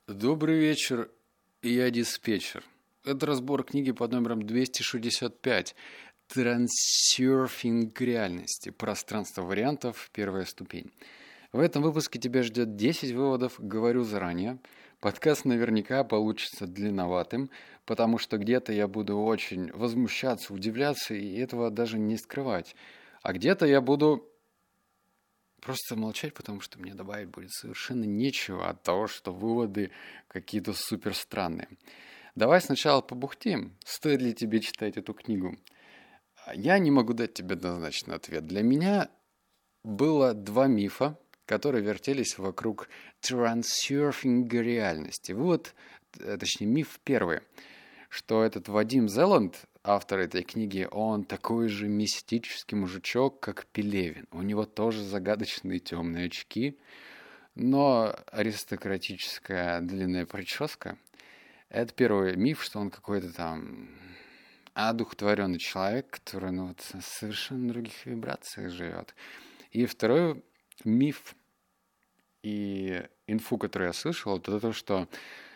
Добрый вечер, я диспетчер. Это разбор книги под номером 265 «Трансерфинг реальности. Пространство вариантов. Первая ступень». В этом выпуске тебя ждет 10 выводов, говорю заранее. Подкаст наверняка получится длинноватым, потому что где-то я буду очень возмущаться, удивляться и этого даже не скрывать. А где-то я буду просто молчать, потому что мне добавить будет совершенно нечего от того, что выводы какие-то супер странные. Давай сначала побухтим, стоит ли тебе читать эту книгу. Я не могу дать тебе однозначный ответ. Для меня было два мифа, которые вертелись вокруг трансерфинга реальности. Точнее, миф первый, что этот Вадим Зеланд, автор этой книги, он такой же мистический мужичок, как Пелевин. У него тоже загадочные темные очки, но аристократическая длинная прическа. Это первый миф, что он какой-то там одухотворенный человек, который в совершенно других вибрациях живет. И второй миф и инфу, которую я слышал, это то, что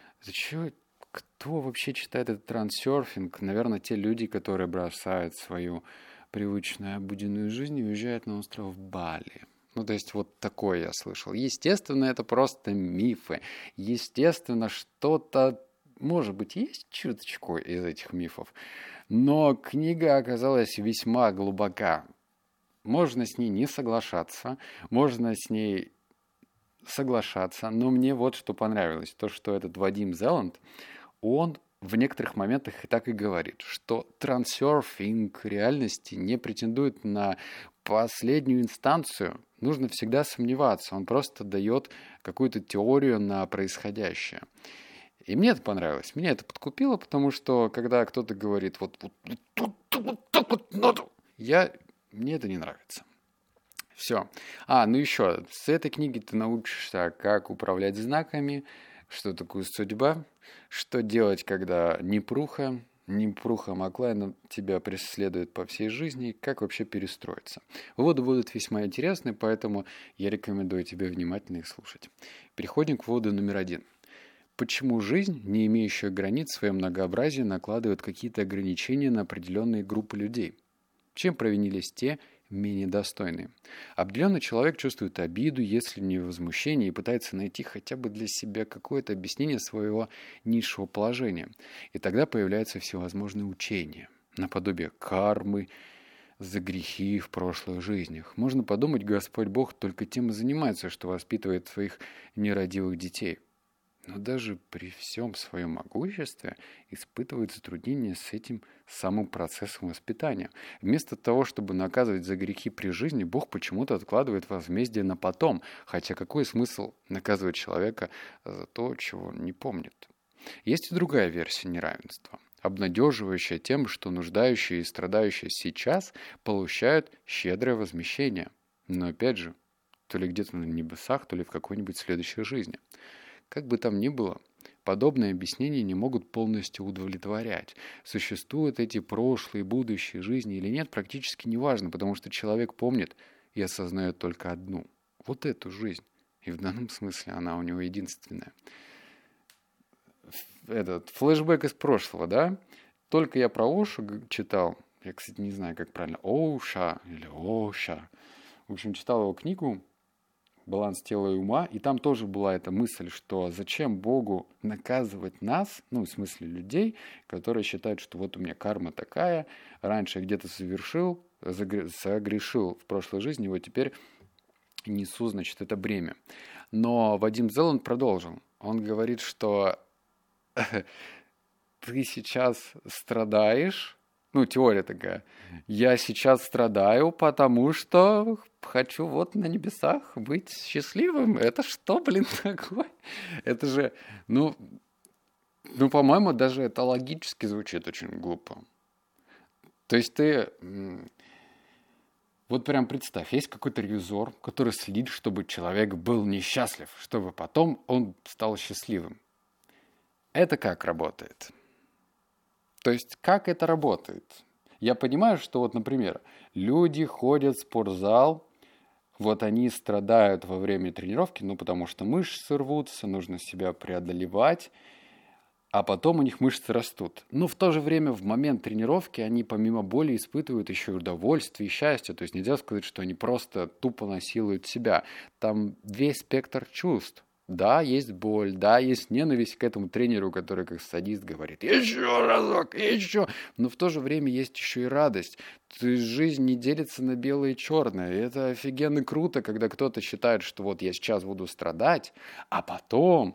кто вообще читает этот трансерфинг? Наверное, те люди, которые бросают свою привычную обыденную жизнь и уезжают на остров Бали. То есть вот такое я слышал. Естественно, это просто мифы. Естественно, что-то, может быть, есть чуточку из этих мифов. Но книга оказалась весьма глубока. Можно с ней не соглашаться, можно с ней соглашаться, но мне вот что понравилось. То, что этот Вадим Зеланд, он в некоторых моментах и так и говорит, что трансерфинг реальности не претендует на последнюю инстанцию. Нужно всегда сомневаться. Он просто дает какую-то теорию на происходящее. И мне это понравилось. Меня это подкупило, потому что когда кто-то говорит вот так вот надо, мне это не нравится. Все. Еще, с этой книги ты научишься, как управлять знаками, что такое судьба, что делать, когда непруха Маклайна тебя преследует по всей жизни, как вообще перестроиться. Выводы будут весьма интересны, поэтому я рекомендую тебе внимательно их слушать. Переходим к выводу номер 1. Почему жизнь, не имеющая границ в своем многообразии, накладывает какие-то ограничения на определенные группы людей? Чем провинились те, менее достойные? Определенный человек чувствует обиду, если не возмущение, и пытается найти хотя бы для себя какое-то объяснение своего низшего положения. И тогда появляются всевозможные учения, наподобие кармы, за грехи в прошлых жизнях. Можно подумать, Господь Бог только тем и занимается, что воспитывает своих нерадивых детей. Но даже при всем своем могуществе испытывает затруднения с этим самым процессом воспитания. Вместо того, чтобы наказывать за грехи при жизни, Бог почему-то откладывает возмездие на потом. Хотя какой смысл наказывать человека за то, чего не помнит? Есть и другая версия неравенства, обнадеживающая тем, что нуждающие и страдающие сейчас получают щедрое возмещение. Но опять же, то ли где-то на небесах, то ли в какой-нибудь следующей жизни. Как бы там ни было, подобные объяснения не могут полностью удовлетворять. Существуют эти прошлые и будущие жизни или нет, практически неважно, потому что человек помнит и осознает только одну. Вот эту жизнь. И в данном смысле она у него единственная. Этот флешбэк из прошлого, да? Только я про Ошу читал. Я, кстати, не знаю, как правильно. Оша или Оша. В общем, читал его книгу «Баланс тела и ума», и там тоже была эта мысль, что зачем Богу наказывать нас, в смысле людей, которые считают, что вот у меня карма такая, раньше я где-то согрешил в прошлой жизни, вот теперь несу, это бремя. Но Вадим Зеланд продолжил. Он говорит, что ты сейчас страдаешь, теория такая. Я сейчас страдаю, потому что хочу на небесах быть счастливым. Это что, такое? Это же, по-моему, даже это логически звучит очень глупо. То есть ты, прям представь, есть какой-то ревизор, который следит, чтобы человек был несчастлив, чтобы потом он стал счастливым. Это как работает? То есть, как это работает? Я понимаю, что например, люди ходят в спортзал, Вот они страдают во время тренировки, ну, потому что мышцы рвутся, нужно себя преодолевать, а потом у них мышцы растут. Но в то же время в момент тренировки они помимо боли испытывают еще и удовольствие и счастье. То есть нельзя сказать, что они просто тупо насилуют себя. Там весь спектр чувств. Да, есть боль, да, есть ненависть к этому тренеру, который как садист говорит «Еще разок, еще!». Но в то же время есть еще и радость. То есть жизнь не делится на белое и черное. И это офигенно круто, когда кто-то считает, что вот я сейчас буду страдать, а потом...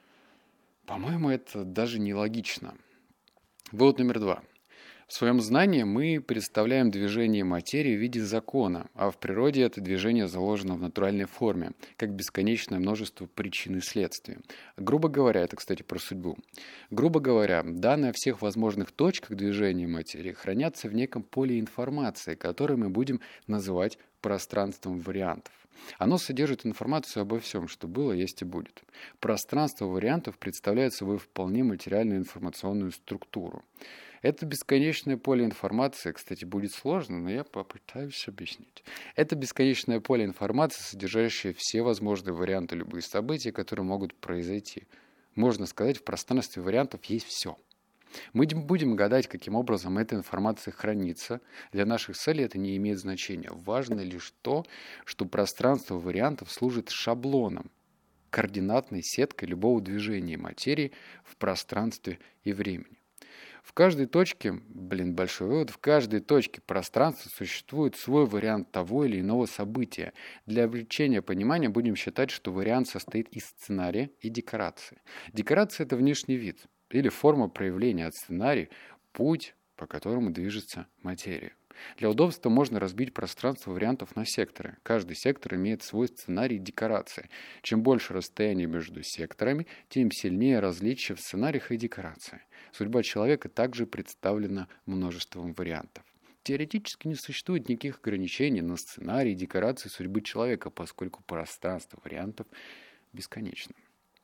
По-моему, это даже нелогично. Вывод номер 2. В своем знании мы представляем движение материи в виде закона, а в природе это движение заложено в натуральной форме, как бесконечное множество причин и следствий. Грубо говоря, это, кстати, про судьбу. Грубо говоря, данные о всех возможных точках движения материи хранятся в неком поле информации, которое мы будем называть пространством вариантов. Оно содержит информацию обо всем, что было, есть и будет. Пространство вариантов представляет собой вполне материальную информационную структуру. Это бесконечное поле информации, кстати, будет сложно, но я попытаюсь объяснить. Это бесконечное поле информации, содержащее все возможные варианты любых событий, которые могут произойти. Можно сказать, в пространстве вариантов есть все. Мы будем гадать, каким образом эта информация хранится. Для наших целей это не имеет значения. Важно лишь то, что пространство вариантов служит шаблоном, координатной сеткой любого движения материи в пространстве и времени. В каждой точке, большой вывод, в каждой точке пространства существует свой вариант того или иного события. Для облегчения понимания будем считать, что вариант состоит из сценария и декорации. Декорация – это внешний вид или форма проявления, от сценария – путь, по которому движется материя. Для удобства можно разбить пространство вариантов на секторы. Каждый сектор имеет свой сценарий декорации. Чем больше расстояние между секторами, тем сильнее различия в сценариях и декорации. Судьба человека также представлена множеством вариантов. Теоретически не существует никаких ограничений на сценарий и декорации судьбы человека, поскольку пространство вариантов бесконечно.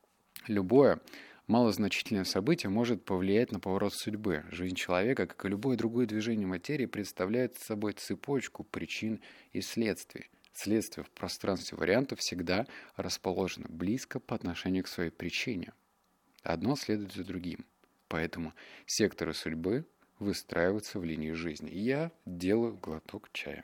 Любое малозначительное событие может повлиять на поворот судьбы. Жизнь человека, как и любое другое движение материи, представляет собой цепочку причин и следствий. Следствие в пространстве вариантов всегда расположено близко по отношению к своей причине. Одно следует за другим. Поэтому секторы судьбы выстраиваются в линии жизни. Я делаю глоток чая.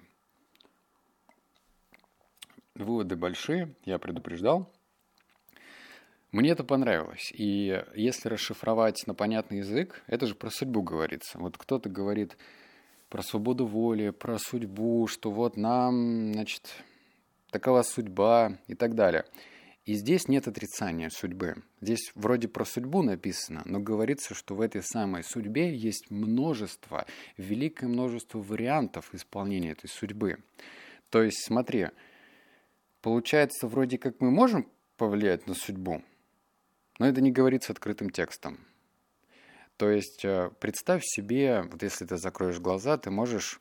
Выводы большие, я предупреждал. Мне это понравилось. И если расшифровать на понятный язык, это же про судьбу говорится. Вот кто-то говорит про свободу воли, про судьбу, что вот нам, такова судьба и так далее. И здесь нет отрицания судьбы. Здесь вроде про судьбу написано, но говорится, что в этой самой судьбе есть множество, великое множество вариантов исполнения этой судьбы. То есть, смотри, получается, вроде как мы можем повлиять на судьбу, но это не говорится открытым текстом. То есть, представь себе, вот если ты закроешь глаза, ты можешь...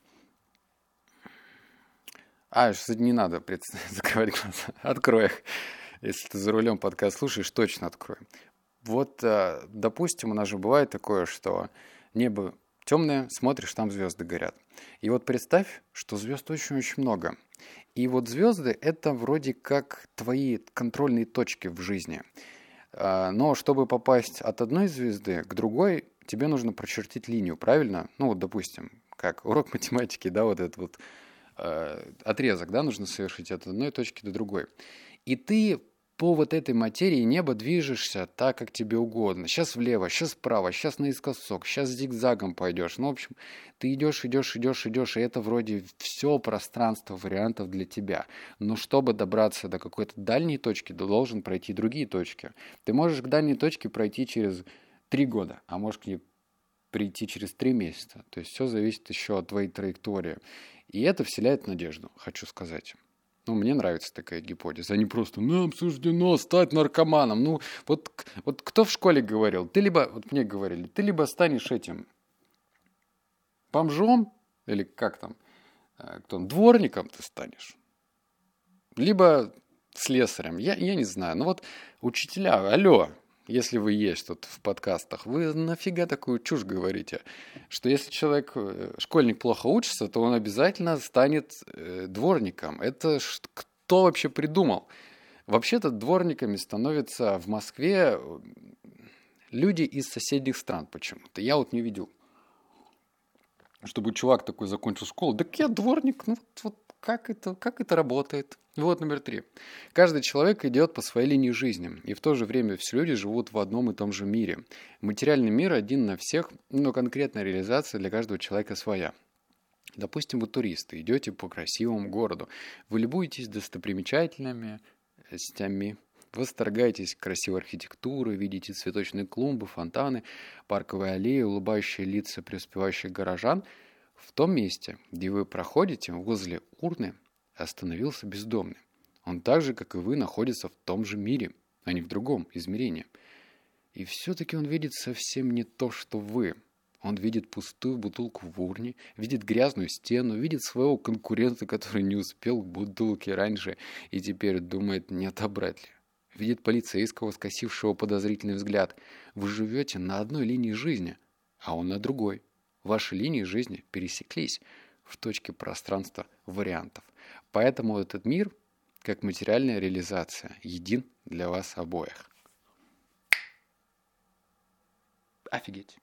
не надо закрывать глаза, открой их. Если ты за рулем подкаст слушаешь, точно открой. Вот, допустим, у нас же бывает такое, что небо темное, смотришь, там звезды горят. И вот представь, что звезд очень-очень много. И вот звезды — это вроде как твои контрольные точки в жизни. Но чтобы попасть от одной звезды к другой, тебе нужно прочертить линию, правильно? Ну вот, допустим, как урок математики, да, вот этот вот отрезок, да, нужно совершить от одной точки до другой. И ты по вот этой материи неба движешься так, как тебе угодно. Сейчас влево, сейчас вправо, сейчас наискосок, сейчас зигзагом пойдешь. Ну, в общем, ты идешь, и это вроде все пространство вариантов для тебя. Но чтобы добраться до какой-то дальней точки, ты должен пройти другие точки. Ты можешь к дальней точке пройти через 3 года, а можешь к ней прийти через 3 месяца. То есть все зависит еще от твоей траектории. И это вселяет надежду, хочу сказать. Ну, мне нравится такая гипотеза, а не просто «нам суждено стать наркоманом». Ну, вот кто в школе говорил? Мне говорили, ты либо станешь этим бомжом, или как там, дворником ты станешь, либо слесарем, я не знаю. Ну вот учителя, алло, если вы есть тут в подкастах, вы нафига такую чушь говорите, что если школьник плохо учится, то он обязательно станет дворником. Это кто вообще придумал? Вообще-то дворниками становятся в Москве люди из соседних стран почему-то. Я вот не видел, чтобы чувак такой закончил школу. Так я дворник, ну вот как это работает? Вот номер 3. Каждый человек идет по своей линии жизни, и в то же время все люди живут в одном и том же мире. Материальный мир один на всех, но конкретная реализация для каждого человека своя. Допустим, вы туристы, идете по красивому городу, вы любуетесь достопримечательными местами, восторгаетесь красивой архитектурой, видите цветочные клумбы, фонтаны, парковые аллеи, улыбающие лица преуспевающих горожан. В том месте, где вы проходите, возле урны, остановился бездомный. Он так же, как и вы, находится в том же мире, а не в другом измерении. И все-таки он видит совсем не то, что вы. Он видит пустую бутылку в урне, видит грязную стену, видит своего конкурента, который не успел к бутылке раньше и теперь думает, не отобрать ли. Видит полицейского, скосившего подозрительный взгляд. Вы живете на одной линии жизни, а он на другой. Ваши линии жизни пересеклись в точке пространства вариантов. Поэтому этот мир, как материальная реализация, един для вас обоих. Офигеть.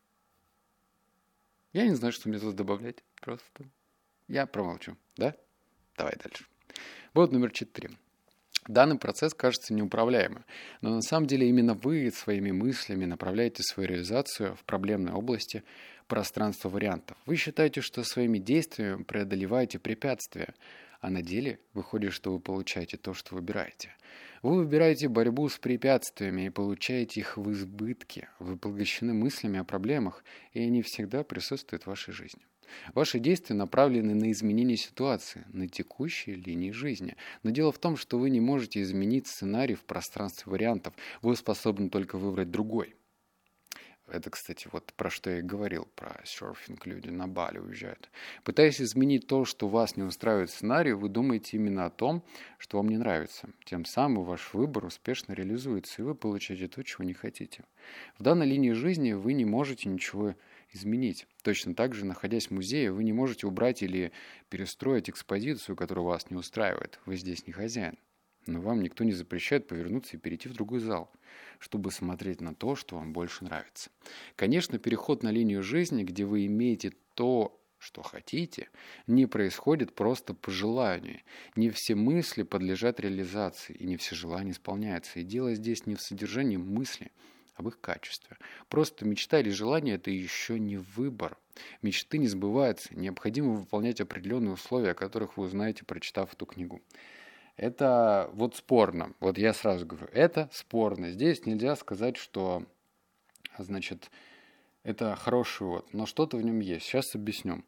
Я не знаю, что мне тут добавлять. Просто я промолчу. Да? Давай дальше. Вот номер 4. Данный процесс кажется неуправляемым, но на самом деле именно вы своими мыслями направляете свою реализацию в проблемной области пространства вариантов. Вы считаете, что своими действиями преодолеваете препятствия, а на деле выходит, что вы получаете то, что выбираете. Вы выбираете борьбу с препятствиями и получаете их в избытке. Вы поглощены мыслями о проблемах, и они всегда присутствуют в вашей жизни. Ваши действия направлены на изменение ситуации, на текущей линии жизни. Но дело в том, что вы не можете изменить сценарий в пространстве вариантов. Вы способны только выбрать другой. Это, кстати, вот про что я и говорил, про серфинг, люди на Бали уезжают. Пытаясь изменить то, что вас не устраивает сценарий, вы думаете именно о том, что вам не нравится. Тем самым ваш выбор успешно реализуется, и вы получаете то, чего не хотите. В данной линии жизни вы не можете ничего изменить. Точно так же, находясь в музее, вы не можете убрать или перестроить экспозицию, которая вас не устраивает. Вы здесь не хозяин. Но вам никто не запрещает повернуться и перейти в другой зал, чтобы смотреть на то, что вам больше нравится. Конечно, переход на линию жизни, где вы имеете то, что хотите, не происходит просто по желанию. Не все мысли подлежат реализации, и не все желания исполняются. И дело здесь не в содержании мысли, а в их качестве. Просто мечта или желание – это еще не выбор. Мечты не сбываются, необходимо выполнять определенные условия, о которых вы узнаете, прочитав эту книгу. Это вот спорно. Вот я сразу говорю, это спорно. Здесь нельзя сказать, что, значит, это хороший вывод, но что-то в нем есть. Сейчас объясню.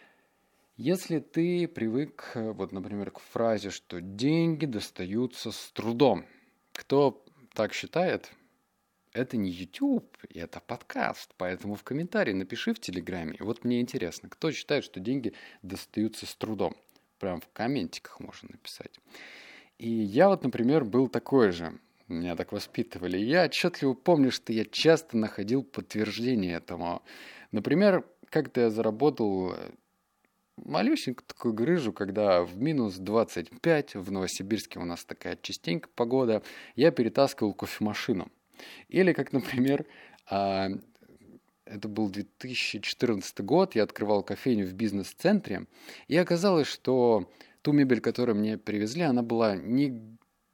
Если ты привык, вот, например, к фразе, что деньги достаются с трудом. Кто так считает, это не YouTube, это подкаст. Поэтому в комментарии напиши в Телеграме. Вот мне интересно, кто считает, что деньги достаются с трудом? Прям в комментиках можно написать. И я вот, например, был такой же. Меня так воспитывали. Я отчетливо помню, что я часто находил подтверждение этому. Например, как-то я заработал малюсенькую такую грыжу, когда в минус 25, в Новосибирске у нас такая частенько погода, я перетаскивал кофемашину. Или, как, например, это был 2014 год, я открывал кофейню в бизнес-центре, и оказалось, что ту мебель, которую мне привезли, она была не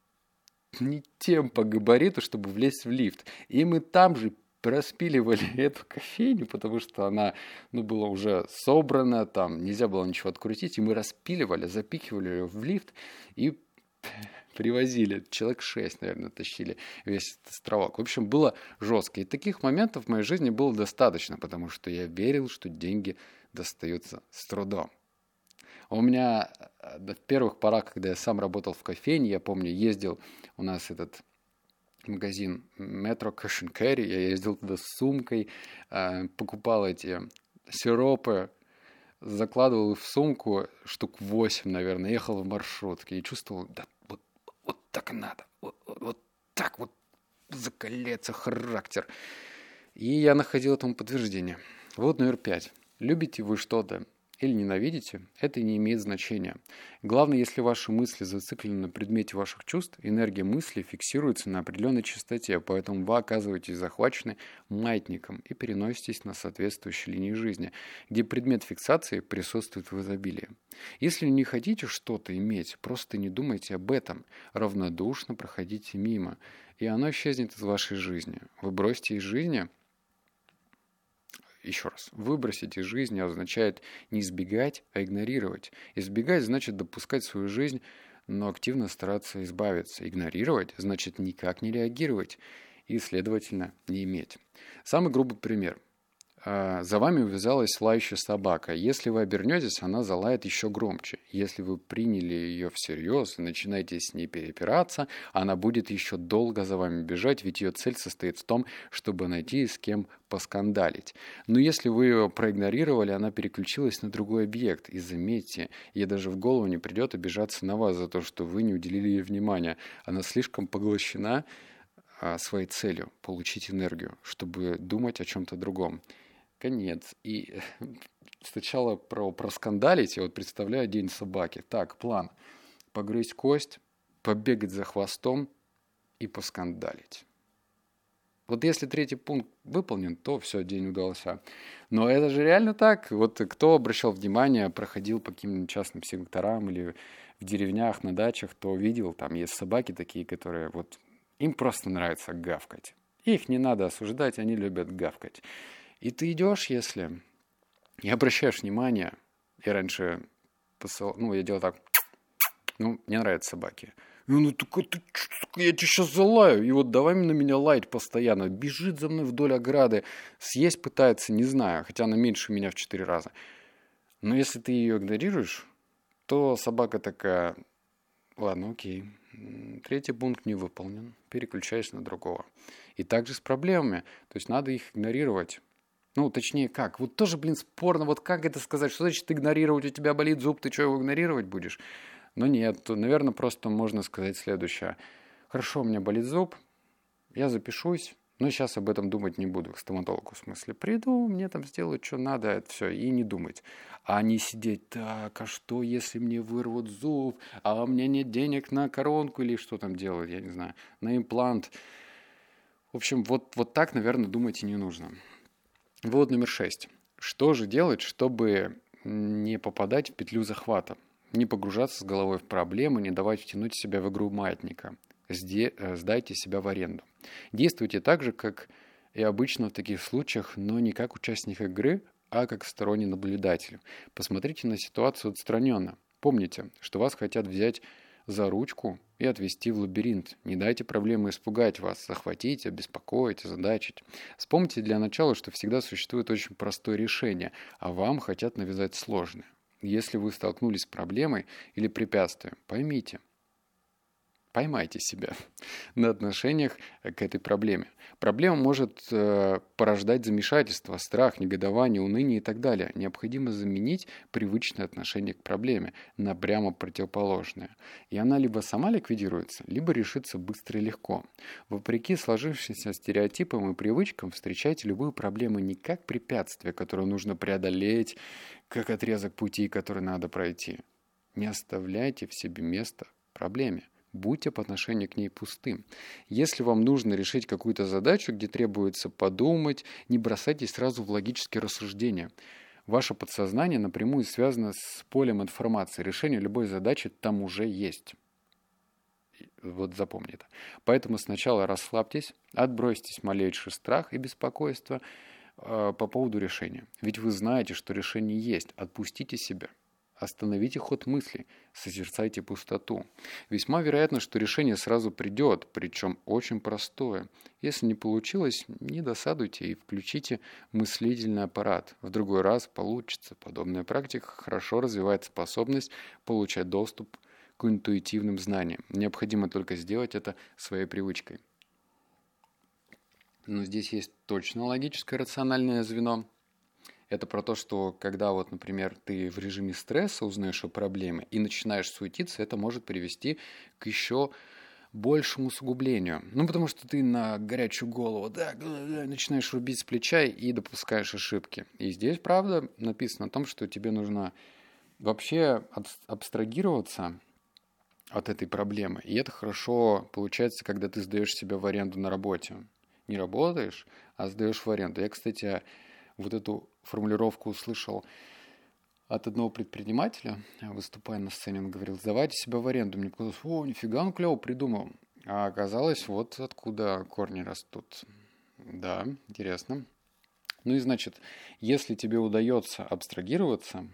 тем по габариту, чтобы влезть в лифт. И мы там же распиливали эту кофейню, потому что она была уже собрана, там нельзя было ничего открутить, и мы распиливали, запихивали ее в лифт и привозили. Человек 6, наверное, тащили весь этот островок. В общем, было жестко. И таких моментов в моей жизни было достаточно, потому что я верил, что деньги достаются с трудом. У меня в первых порах, когда я сам работал в кофейне, я помню, ездил, у нас этот магазин Metro Cash and Carry, я ездил туда с сумкой, покупал эти сиропы, закладывал их в сумку, штук 8, наверное, ехал в маршрутке и чувствовал, да, вот так и надо, вот так вот закаляется характер. И я находил этому подтверждение. Вот номер 5. Любите вы что-то или ненавидите, это не имеет значения. Главное, если ваши мысли зациклены на предмете ваших чувств, энергия мысли фиксируется на определенной частоте, поэтому вы оказываетесь захвачены маятником и переноситесь на соответствующие линии жизни, где предмет фиксации присутствует в изобилии. Если не хотите что-то иметь, просто не думайте об этом, равнодушно проходите мимо, и оно исчезнет из вашей жизни. Вы бросите из жизни. Еще раз, выбросить из жизни означает не избегать, а игнорировать. Избегать значит допускать свою жизнь, но активно стараться избавиться. Игнорировать значит никак не реагировать и, следовательно, не иметь. Самый грубый пример. За вами увязалась лающая собака. Если вы обернетесь, она залает еще громче. Если вы приняли ее всерьез и начинаете с ней перепираться, она будет еще долго за вами бежать, ведь ее цель состоит в том, чтобы найти с кем поскандалить. Но если вы ее проигнорировали, она переключилась на другой объект. И заметьте, ей даже в голову не придет обижаться на вас за то, что вы не уделили ей внимания. Она слишком поглощена своей целью – получить энергию, чтобы думать о чем-то другом. Конец. И сначала проскандалить, я вот представляю день собаки. Так, план. Погрызть кость, побегать за хвостом и поскандалить. Вот если третий пункт выполнен, то все, день удался. Но это же реально так. Вот кто обращал внимание, проходил по каким-нибудь частным секторам или в деревнях, на дачах, то видел, там есть собаки такие, которые вот им просто нравится гавкать. Их не надо осуждать, они любят гавкать. И ты идешь, если и обращаешь внимание, я раньше я делал так, мне нравятся собаки. Ну, только я тебя сейчас залаю, и вот давай на меня лаять постоянно. Бежит за мной вдоль ограды, съесть пытается, не знаю, хотя она меньше меня в 4 раза. Но если ты ее игнорируешь, то собака такая, ладно, окей, третий пункт не выполнен, переключаешься на другого. И также с проблемами, то есть надо их игнорировать. Точнее, как? Вот тоже, спорно, вот как это сказать? Что значит игнорировать? У тебя болит зуб, ты что, его игнорировать будешь? Но нет, то, наверное, просто можно сказать следующее. Хорошо, у меня болит зуб, я запишусь, но сейчас об этом думать не буду, к стоматологу в смысле. Приду, мне там сделают, что надо, это все, и не думать. А не сидеть, так, а что, если мне вырвут зуб, а у меня нет денег на коронку или что там делают, я не знаю, на имплант. В общем, вот так, наверное, думать и не нужно. Вывод номер 6. Что же делать, чтобы не попадать в петлю захвата? Не погружаться с головой в проблемы, не давать втянуть себя в игру маятника. Сдайте себя в аренду. Действуйте так же, как и обычно в таких случаях, но не как участник игры, а как сторонний наблюдатель. Посмотрите на ситуацию отстраненно. Помните, что вас хотят взять за ручку и отвести в лабиринт. Не дайте проблемы испугать вас, захватить, обеспокоить, озадачить. Вспомните для начала, что всегда существует очень простое решение, а вам хотят навязать сложное. Если вы столкнулись с проблемой или препятствием, поймайте себя на отношениях к этой проблеме. Проблема может порождать замешательство, страх, негодование, уныние и так далее. Необходимо заменить привычное отношение к проблеме на прямо противоположное. И она либо сама ликвидируется, либо решится быстро и легко. Вопреки сложившимся стереотипам и привычкам, встречайте любую проблему не как препятствие, которое нужно преодолеть, как отрезок пути, который надо пройти. Не оставляйте в себе места проблеме. Будьте по отношению к ней пустым. Если вам нужно решить какую-то задачу, где требуется подумать, не бросайтесь сразу в логические рассуждения. Ваше подсознание напрямую связано с полем информации. Решение любой задачи там уже есть. Вот запомни это. Поэтому сначала расслабьтесь, отбросьте малейший страх и беспокойство по поводу решения. Ведь вы знаете, что решение есть. Отпустите себя. Остановите ход мысли, созерцайте пустоту. Весьма вероятно, что решение сразу придет, причем очень простое. Если не получилось, не досадуйте и включите мыслительный аппарат. В другой раз получится. Подобная практика хорошо развивает способность получать доступ к интуитивным знаниям. Необходимо только сделать это своей привычкой. Но здесь есть точно логическое рациональное звено. Это про то, что когда например, ты в режиме стресса узнаешь о проблеме и начинаешь суетиться, это может привести к еще большему усугублению. Ну, потому что ты на горячую голову начинаешь рубить с плеча и допускаешь ошибки. И здесь, правда, написано о том, что тебе нужно вообще абстрагироваться от этой проблемы. И это хорошо получается, когда ты сдаешь себя в аренду на работе. Не работаешь, а сдаешь в аренду. Я, кстати, вот эту формулировку услышал от одного предпринимателя, выступая на сцене, он говорил: сдавайте себя в аренду. Мне показалось: о, нифига, он клево придумал. А оказалось, вот откуда корни растут. Да, интересно. Ну и значит, если тебе удается абстрагироваться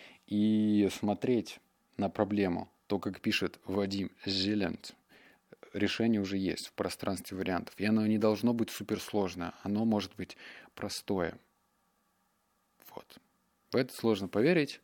и смотреть на проблему, то, как пишет Вадим Зеланд, решение уже есть в пространстве вариантов. И оно не должно быть суперсложное, оно может быть простое. Вот. В это сложно поверить,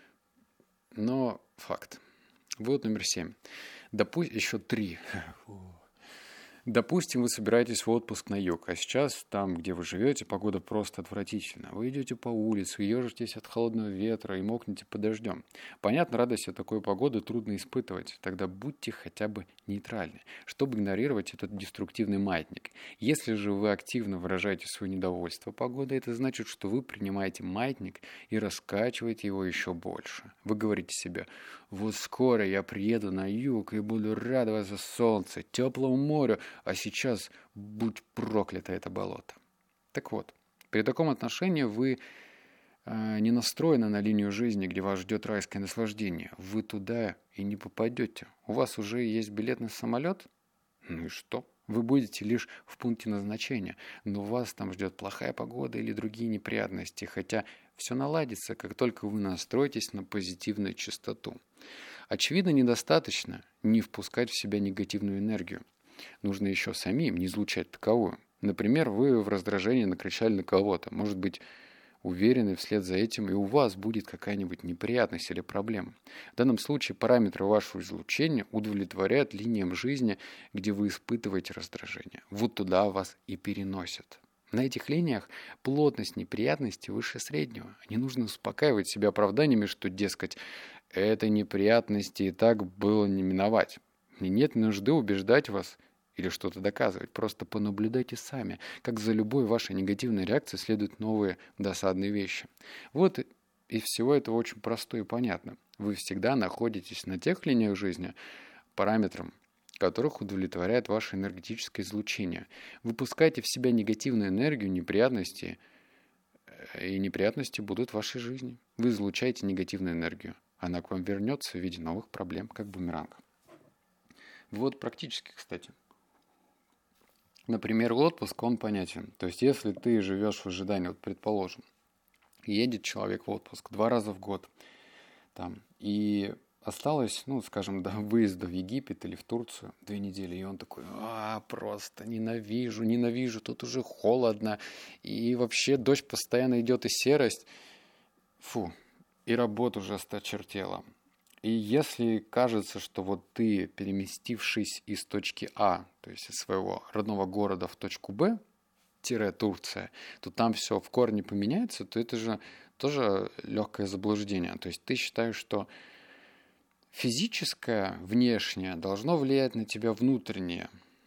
но факт. Вывод номер 7. Еще 3. Допустим, вы собираетесь в отпуск на юг, а сейчас там, где вы живете, погода просто отвратительна. Вы идете по улице, ежитесь от холодного ветра и мокнете под дождем. Понятно, радость от такой погоды трудно испытывать. Тогда будьте хотя бы нейтральны, чтобы игнорировать этот деструктивный маятник. Если же вы активно выражаете свое недовольство погодой, это значит, что вы принимаете маятник и раскачиваете его еще больше. Вы говорите себе: вот скоро я приеду на юг и буду радоваться солнцу, теплому морю, а сейчас будь проклято это болото. Так вот, при таком отношении вы не настроены на линию жизни, где вас ждет райское наслаждение. Вы туда и не попадете. У вас уже есть билет на самолет? Ну и что? Вы будете лишь в пункте назначения, но вас там ждет плохая погода или другие неприятности, хотя все наладится, как только вы настроитесь на позитивную частоту. Очевидно, недостаточно не впускать в себя негативную энергию. Нужно еще самим не излучать таковую. Например, вы в раздражении накричали на кого-то. Может быть, уверены вслед за этим и у вас будет какая-нибудь неприятность или проблема. В данном случае параметры вашего излучения удовлетворяют линиям жизни, где вы испытываете раздражение. Вот туда вас и переносят. На этих линиях плотность неприятностей выше среднего. Не нужно успокаивать себя оправданиями, что, дескать, это неприятности и так было не миновать. Мне нет нужды убеждать вас или что-то доказывать. Просто понаблюдайте сами, как за любой вашей негативной реакцией следуют новые досадные вещи. Вот из всего этого очень просто и понятно. Вы всегда находитесь на тех линиях жизни, параметрам которых удовлетворяет ваше энергетическое излучение. Выпускайте в себя негативную энергию, неприятности, и неприятности будут в вашей жизни. Вы излучаете негативную энергию. Она к вам вернется в виде новых проблем, как бумеранг. Вот практически, кстати. Например, отпуск, он понятен. То есть, если ты живешь в ожидании, вот предположим, едет человек в отпуск 2 раза в год, там, и осталось, ну, скажем, до выезда в Египет или в Турцию 2 недели, и он такой: просто ненавижу, тут уже холодно, и вообще дождь постоянно идет и серость, и работа уже осточертела. И если кажется, что вот ты, переместившись из точки А, то есть из своего родного города в точку Б, Турция, то там все в корне поменяется, то это же тоже легкое заблуждение. То есть ты считаешь, что физическое, внешнее должно влиять на тебя внутреннее.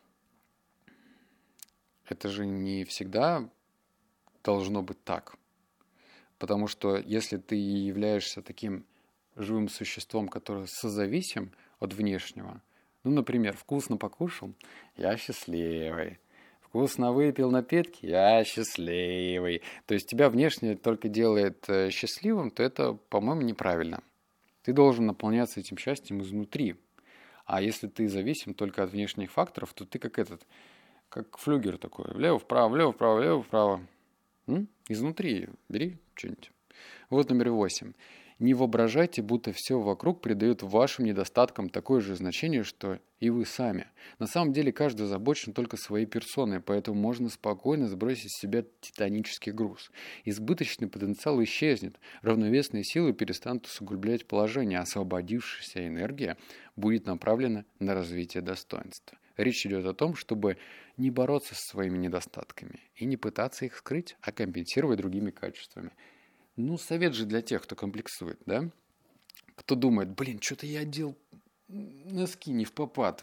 Это же не всегда должно быть так. Потому что если ты являешься таким живым существом, которое созависим от внешнего, ну, например, вкусно покушал, я счастливый. Вкусно выпил напитки, я счастливый. То есть тебя внешне только делает счастливым, то это, по-моему, неправильно. Ты должен наполняться этим счастьем изнутри. А если ты зависим только от внешних факторов, то ты как флюгер такой. Влево-вправо, влево-вправо, влево-вправо. Изнутри бери что-нибудь. Вот номер 8. Не воображайте, будто все вокруг придает вашим недостаткам такое же значение, что и вы сами. На самом деле каждый озабочен только своей персоной, поэтому можно спокойно сбросить с себя титанический груз. Избыточный потенциал исчезнет, равновесные силы перестанут усугублять положение, а освободившаяся энергия будет направлена на развитие достоинства. Речь идет о том, чтобы не бороться со своими недостатками и не пытаться их скрыть, а компенсировать другими качествами. Ну, совет же для тех, кто комплексует, да? Кто думает: что-то я одел носки не впопад, вот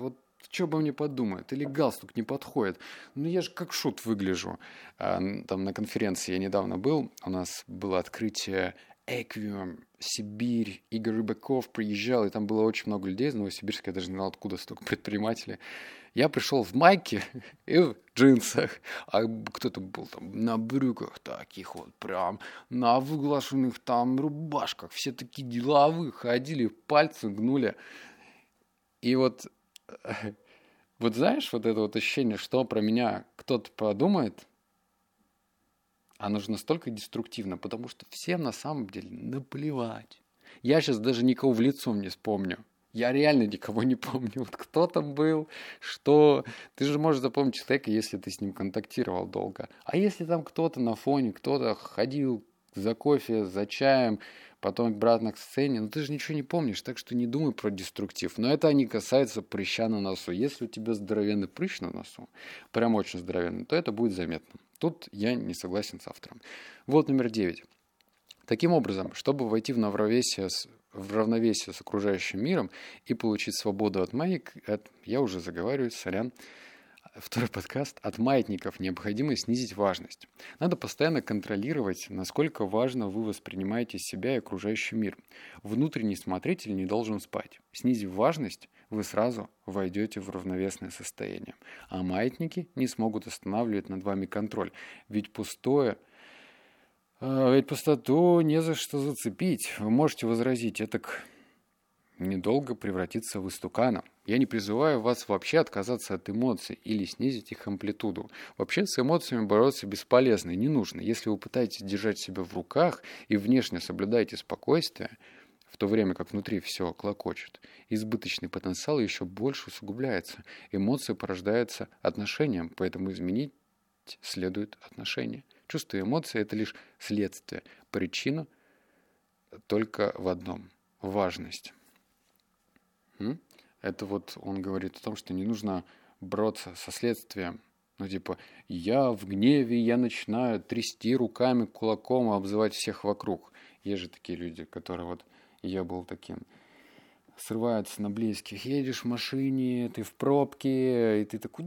что обо мне подумают, или галстук не подходит. Ну, я же как шут выгляжу. Там на конференции я недавно был, у нас было открытие Эквиум, Сибирь, Игорь Рыбаков приезжал, и там было очень много людей из Новосибирска, я даже не знал, откуда столько предпринимателей. Я пришел в майке и в джинсах, а кто-то был там на брюках таких вот, прям на выглаженных там рубашках. Все такие деловые, ходили, пальцы гнули. И вот знаешь, вот это вот ощущение, что про меня кто-то подумает, оно же настолько деструктивно, потому что всем на самом деле наплевать. Я сейчас даже никого в лицо не вспомню. Я реально никого не помню. Вот кто там был, что... Ты же можешь запомнить человека, если ты с ним контактировал долго. А если там кто-то на фоне, кто-то ходил за кофе, за чаем, потом обратно к сцене, ну ты же ничего не помнишь, так что не думай про деструктив. Но это не касается прыща на носу. Если у тебя здоровенный прыщ на носу, прям очень здоровенный, то это будет заметно. Тут я не согласен с автором. Вот номер 9. Таким образом, чтобы войти в равновесие с окружающим миром и получить свободу от маятников, я уже заговариваюсь, сорян, второй подкаст, от маятников необходимо снизить важность. Надо постоянно контролировать, насколько важно вы воспринимаете себя и окружающий мир. Внутренний смотритель не должен спать. Снизив важность, вы сразу войдете в равновесное состояние. А маятники не смогут останавливать над вами контроль. Ведь пустоту не за что зацепить. Вы можете возразить, это недолго превратиться в истукана. Я не призываю вас вообще отказаться от эмоций или снизить их амплитуду. Вообще с эмоциями бороться бесполезно и не нужно. Если вы пытаетесь держать себя в руках и внешне соблюдаете спокойствие, в то время как внутри все клокочет, избыточный потенциал еще больше усугубляется. Эмоции порождаются отношением, поэтому изменить следует отношения. Чувства и эмоции – это лишь следствие. Причина только в одном – важность. Это вот он говорит о том, что не нужно бороться со следствием. Ну, типа, я в гневе, я начинаю трясти руками, кулаком, обзывать всех вокруг. Есть же такие люди, которые вот, я был таким, срываются на близких. Едешь в машине, ты в пробке, и ты такой,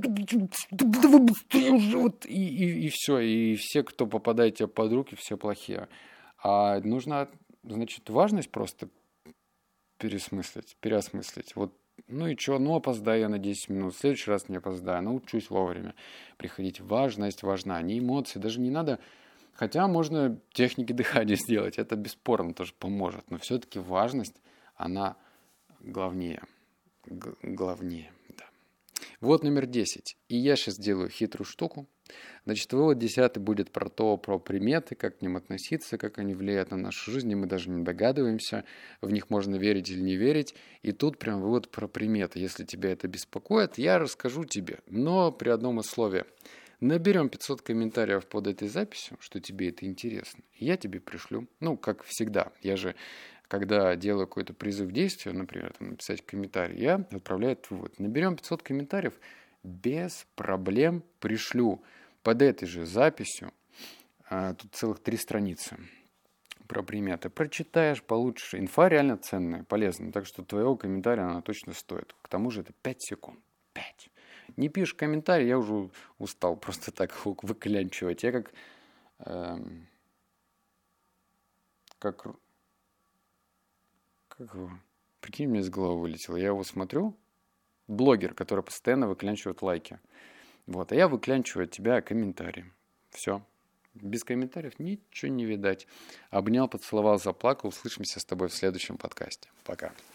и все. И все, кто попадает тебе под руки, все плохие. А нужно, значит, важность просто переосмыслить. Вот, ну и что, ну опоздаю я на 10 минут, в следующий раз не опоздаю, научусь вовремя приходить. Важность важна, не эмоции, даже не надо, хотя можно техники дыхания сделать, это бесспорно тоже поможет, но все-таки важность, она главнее, да. Вот номер 10, и я сейчас сделаю хитрую штуку. Значит, вывод 10 будет про приметы, как к ним относиться, как они влияют на нашу жизнь, и мы даже не догадываемся, в них можно верить или не верить. И тут прям вывод про приметы. Если тебя это беспокоит, я расскажу тебе, но при одном условии. Наберем 500 комментариев под этой записью, что тебе это интересно, и я тебе пришлю. Ну, как всегда, я же, когда делаю какой-то призыв к действию, например, там, написать комментарий, я отправляю этот вывод. Наберем 500 комментариев, без проблем пришлю. Под этой же записью, тут целых 3 страницы про приметы. Прочитаешь, получишь. Инфа реально ценная, полезная. Так что твоего комментария она точно стоит. К тому же это 5 секунд. 5. Не пишешь комментарий, я уже устал просто так выклянчивать. Я прикинь, мне из головы вылетело. Я его смотрю, блогер, который постоянно выклянчивает лайки. Вот, а я выклянчиваю от тебя комментарии. Все. Без комментариев ничего не видать. Обнял, поцеловал, заплакал. Услышимся с тобой в следующем подкасте. Пока.